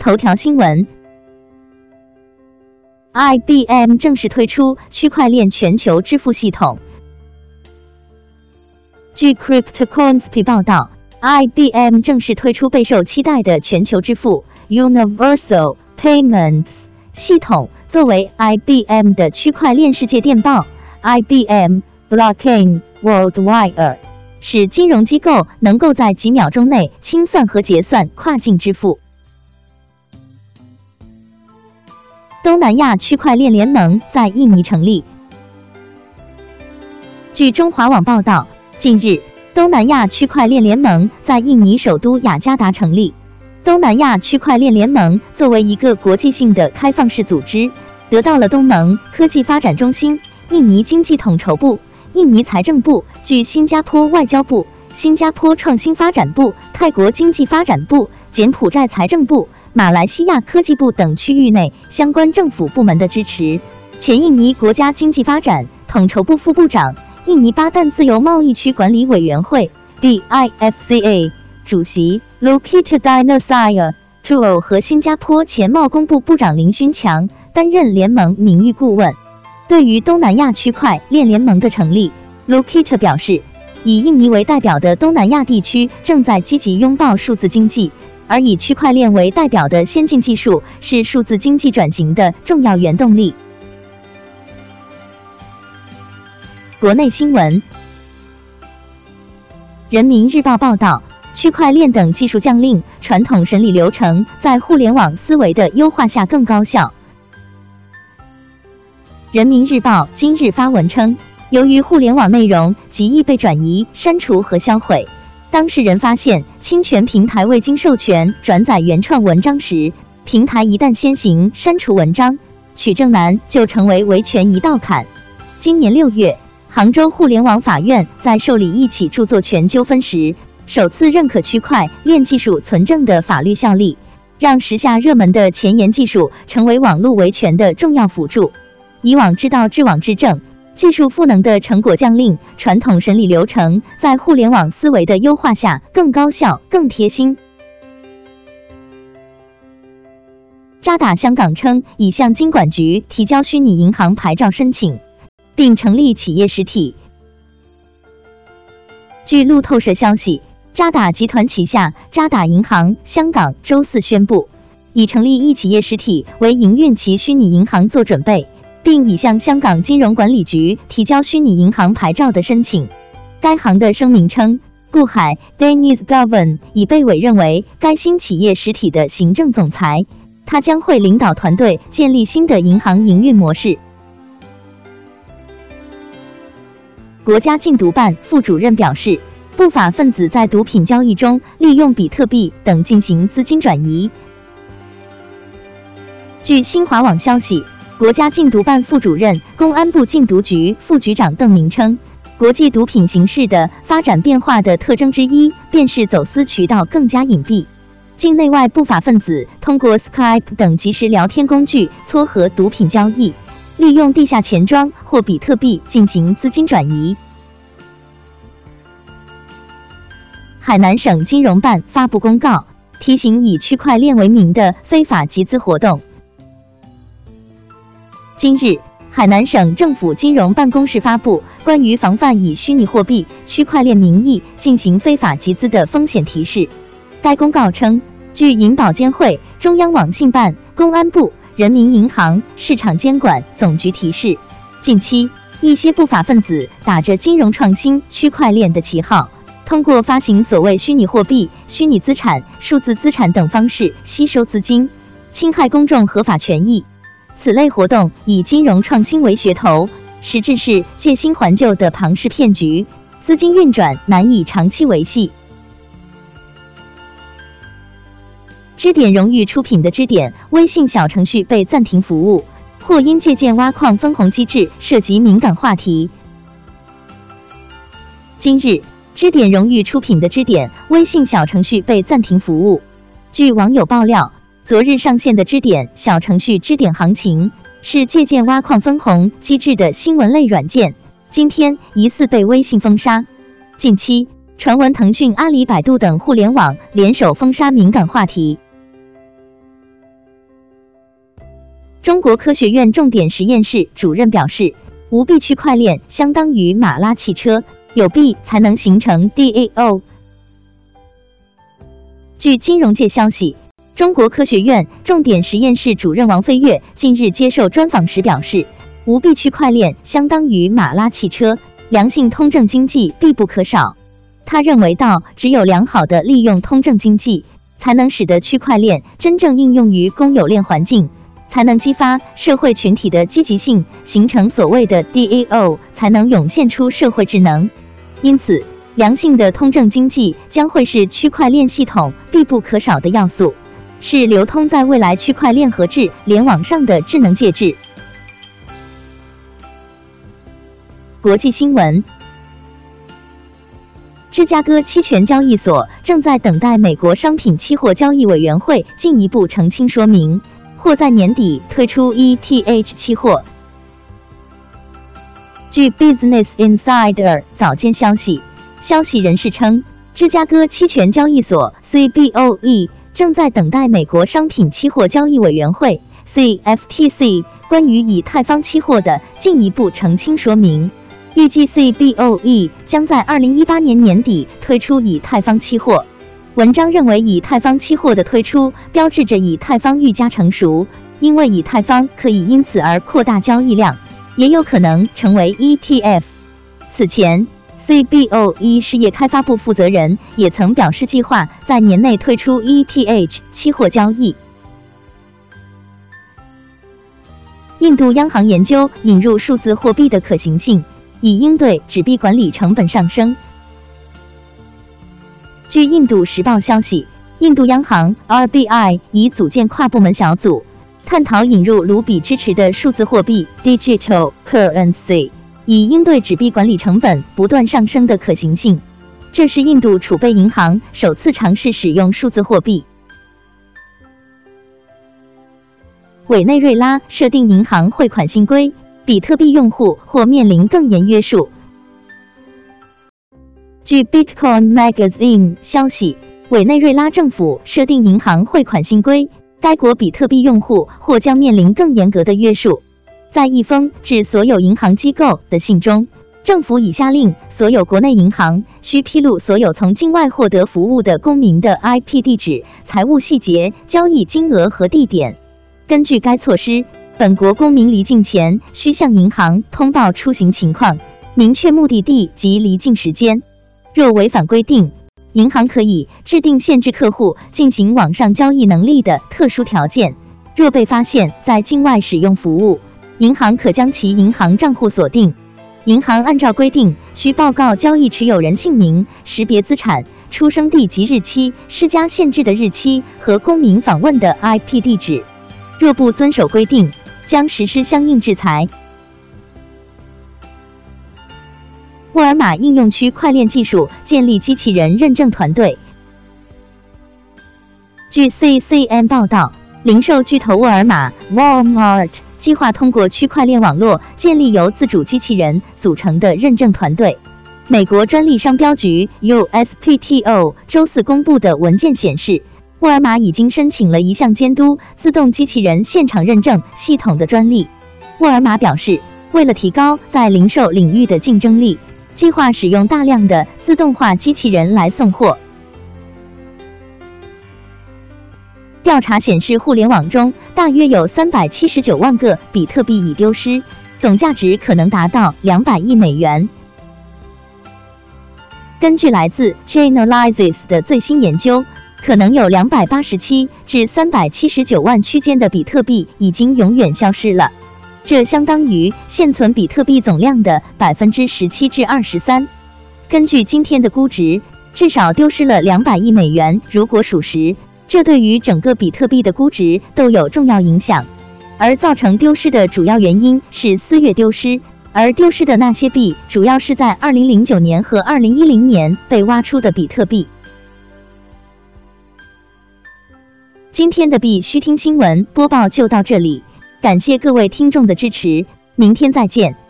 头条新闻 IBM 正式推出区块链全球支付系统。据 CryptoCoinsP 报道， IBM 正式推出备受期待的全球支付 Universal Payments 系统，作为 IBM 的区块链世界电报 IBM Blockchain Worldwide， 使金融机构能够在几秒钟内清算和结算跨境支付。东南亚区块链联盟在印尼成立。据中华网报道，近日，东南亚区块链联盟在印尼首都雅加达成立。东南亚区块链联盟作为一个国际性的开放式组织，得到了东盟科技发展中心、印尼经济统筹部、印尼财政部、据新加坡外交部、新加坡创新发展部、泰国经济发展部、柬埔寨财政部、马来西亚科技部等区域内相关政府部门的支持。前印尼国家经济发展统筹部副部长、印尼巴旦自由贸易区管理委员会 BIFCA 主席 Lukita Dinosaur Tuo 和新加坡前贸工部部长林勋强担任联盟名誉顾问。对于东南亚区块链联盟的成立， Lukita 表示，以印尼为代表的东南亚地区正在积极拥抱数字经济，而以区块链为代表的先进技术是数字经济转型的重要原动力。国内新闻，人民日报报道，区块链等技术将令，传统审理流程在互联网思维的优化下更高效。人民日报今日发文称，由于互联网内容极易被转移、删除和销毁，当事人发现侵权平台未经授权转载原创文章时，平台一旦先行删除文章，取证难就成为维权一道坎。今年6月，杭州互联网法院在受理一起著作权纠纷时，首次认可区块链技术存证的法律效力，让时下热门的前沿技术成为网络维权的重要辅助。以网之道治网之政，技术赋能的成果将令，传统审理流程在互联网思维的优化下更高效、更贴心。渣打香港称已向金管局提交虚拟银行牌照申请，并成立企业实体。据路透社消息，渣打集团旗下渣打银行香港周四宣布，已成立一企业实体，为营运其虚拟银行做准备，并已向香港金融管理局提交虚拟银行牌照的申请。该行的声明称，顾海 Dennis Govan 已被委任为该新企业实体的行政总裁，他将会领导团队建立新的银行营运模式。国家禁毒办副主任表示，不法分子在毒品交易中利用比特币等进行资金转移。据新华网消息，国家禁毒办副主任、公安部禁毒局副局长邓明称，国际毒品形势的发展变化的特征之一，便是走私渠道更加隐蔽。境内外不法分子通过 Skype 等即时聊天工具撮合毒品交易，利用地下钱庄或比特币进行资金转移。海南省金融办发布公告，提醒以区块链为名的非法集资活动。今日，海南省政府金融办公室发布关于防范以虚拟货币、区块链名义进行非法集资的风险提示。该公告称，据银保监会、中央网信办、公安部、人民银行、市场监管总局提示，近期一些不法分子打着金融创新、区块链的旗号，通过发行所谓虚拟货币、虚拟资产、数字资产等方式吸收资金，侵害公众合法权益。此类活动以金融创新为噱头，实质是借新还旧的庞氏骗局，资金运转难以长期维系。支点荣誉出品的支点微信小程序被暂停服务，或因借鉴挖矿分红机制涉及敏感话题。今日，支点荣誉出品的支点微信小程序被暂停服务。据网友爆料，昨日上线的支点小程序支点行情是借鉴挖矿分红机制的新闻类软件，今天疑似被微信封杀。近期传闻腾讯、阿里、百度等互联网联手封杀敏感话题。 中国科学院重点实验室主任表示，无币区块链相当于马拉汽车，有币才能形成 DAO。据金融界消息，中国科学院重点实验室主任王飞跃近日接受专访时表示，无币区块链相当于马拉汽车，良性通证经济必不可少。他认为只有良好的利用通证经济，才能使得区块链真正应用于公有链环境，才能激发社会群体的积极性，形成所谓的 DAO， 才能涌现出社会智能。因此，良性的通证经济将会是区块链系统必不可少的要素，是流通在未来区块链和智联网上的智能介质。国际新闻，芝加哥期权交易所正在等待美国商品期货交易委员会进一步澄清说明，或在年底推出 ETH 期货。据 Business Insider 早间消息人士称，芝加哥期权交易所 CBOE 正在等待美国商品期货交易委员会 CFTC 关于以太坊期货的进一步澄清说明。预计 CBOE 将在2018年年底推出以太坊期货。文章认为，以太坊期货的推出标志着以太坊愈加成熟，因为以太坊可以因此而扩大交易量，也有可能成为 ETF。此前 CBOE 事业开发部负责人也曾表示，计划在年内推出 ETH 期货交易。印度央行研究引入数字货币的可行性，以应对纸币管理成本上升。据印度时报消息，印度央行 RBI 已组建跨部门小组，探讨引入卢比支持的数字货币 Digital Currency， 以应对纸币管理成本不断上升的可行性。这是印度储备银行首次尝试使用数字货币。委内瑞拉设定银行汇款新规，比特币用户或面临更严约束。据 Bitcoin Magazine 消息，委内瑞拉政府设定银行汇款新规，该国比特币用户或将面临更严格的约束。在一封致所有银行机构的信中，政府已下令所有国内银行需披露所有从境外获得服务的公民的 IP 地址、财务细节、交易金额和地点。根据该措施，本国公民离境前需向银行通报出行情况，明确目的地及离境时间。若违反规定，银行可以制定限制客户进行网上交易能力的特殊条件。若被发现在境外使用服务，银行可将其银行账户锁定。银行按照规定需报告交易持有人姓名、识别资产、出生地及日期、施加限制的日期和公民访问的 IP 地址。若不遵守规定，将实施相应制裁。沃尔玛应用区块链技术建立机器人认证团队。据 CCM 报道，零售巨头沃尔玛 Walmart 计划通过区块链网络建立由自主机器人组成的认证团队。美国专利商标局 USPTO 周四公布的文件显示，沃尔玛已经申请了一项监督自动机器人现场认证系统的专利。沃尔玛表示，为了提高在零售领域的竞争力，计划使用大量的自动化机器人来送货。调查显示，互联网中大约有379万个比特币已丢失，总价值可能达到200亿美元。根据来自 Chainalysis 的最新研究，可能有287至379万区间的比特币已经永远消失了，这相当于现存比特币总量的17%至23%。根据今天的估值，至少丢失了200亿美元，如果属实，这对于整个比特币的估值都有重要影响。而造成丢失的主要原因是私钥丢失，而丢失的那些币主要是在2009年和2010年被挖出的比特币。今天的必须听新闻播报就到这里，感谢各位听众的支持，明天再见。